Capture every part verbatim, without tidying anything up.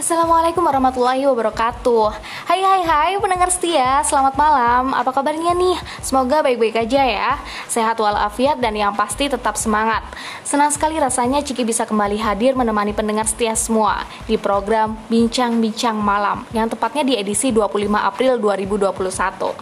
Assalamualaikum warahmatullahi wabarakatuh. Hai hai hai pendengar setia, selamat malam. Apa kabarnya nih? Semoga baik-baik aja ya. Sehat walafiat dan yang pasti tetap semangat. Senang sekali rasanya Ciki bisa kembali hadir menemani pendengar setia semua di program Bincang-Bincang Malam yang tepatnya di edisi dua puluh lima April dua ribu dua puluh satu.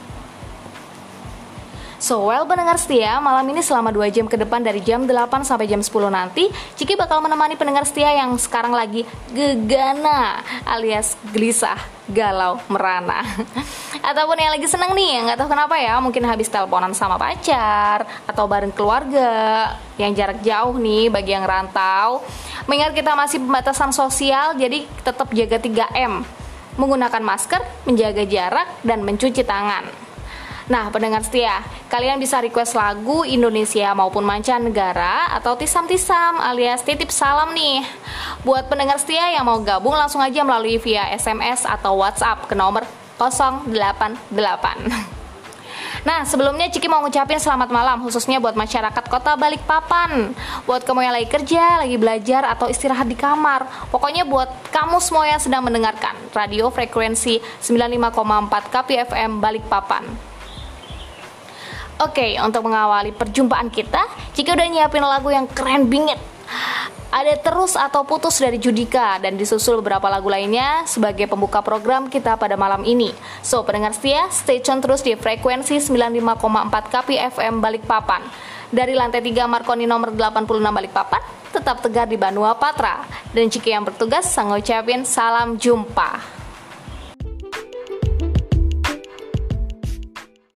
So well pendengar setia, malam ini selama dua jam ke depan dari jam delapan sampai jam sepuluh nanti Ciki bakal menemani pendengar setia yang sekarang lagi gegana alias gelisah, galau, merana ataupun yang lagi seneng nih, nggak tahu kenapa ya, mungkin habis teleponan sama pacar atau bareng keluarga yang jarak jauh nih bagi yang rantau. Mengingat kita masih pembatasan sosial, jadi tetap jaga tiga M, menggunakan masker, menjaga jarak, dan mencuci tangan. Nah, pendengar setia, kalian bisa request lagu Indonesia maupun mancanegara atau tisam-tisam alias titip salam nih. Buat pendengar setia yang mau gabung langsung aja melalui via S M S atau WhatsApp ke nomor nol delapan delapan. Nah, sebelumnya Ciki mau ngucapin selamat malam khususnya buat masyarakat kota Balikpapan. Buat kamu yang lagi kerja, lagi belajar, atau istirahat di kamar. Pokoknya buat kamu semua yang sedang mendengarkan radio frekuensi sembilan puluh lima koma empat K P F M Balikpapan. Oke, untuk mengawali perjumpaan kita, Ciki udah nyiapin lagu yang keren bingit. Ada Terus atau Putus dari Judika dan disusul beberapa lagu lainnya sebagai pembuka program kita pada malam ini. So, pendengar setia, stay tune terus di frekuensi sembilan puluh lima koma empat K P F M Balikpapan. Dari lantai tiga Marconi nomor delapan puluh enam Balikpapan, tetap tegar di Banua Patra. Dan Ciki yang bertugas sang ngucapin salam jumpa.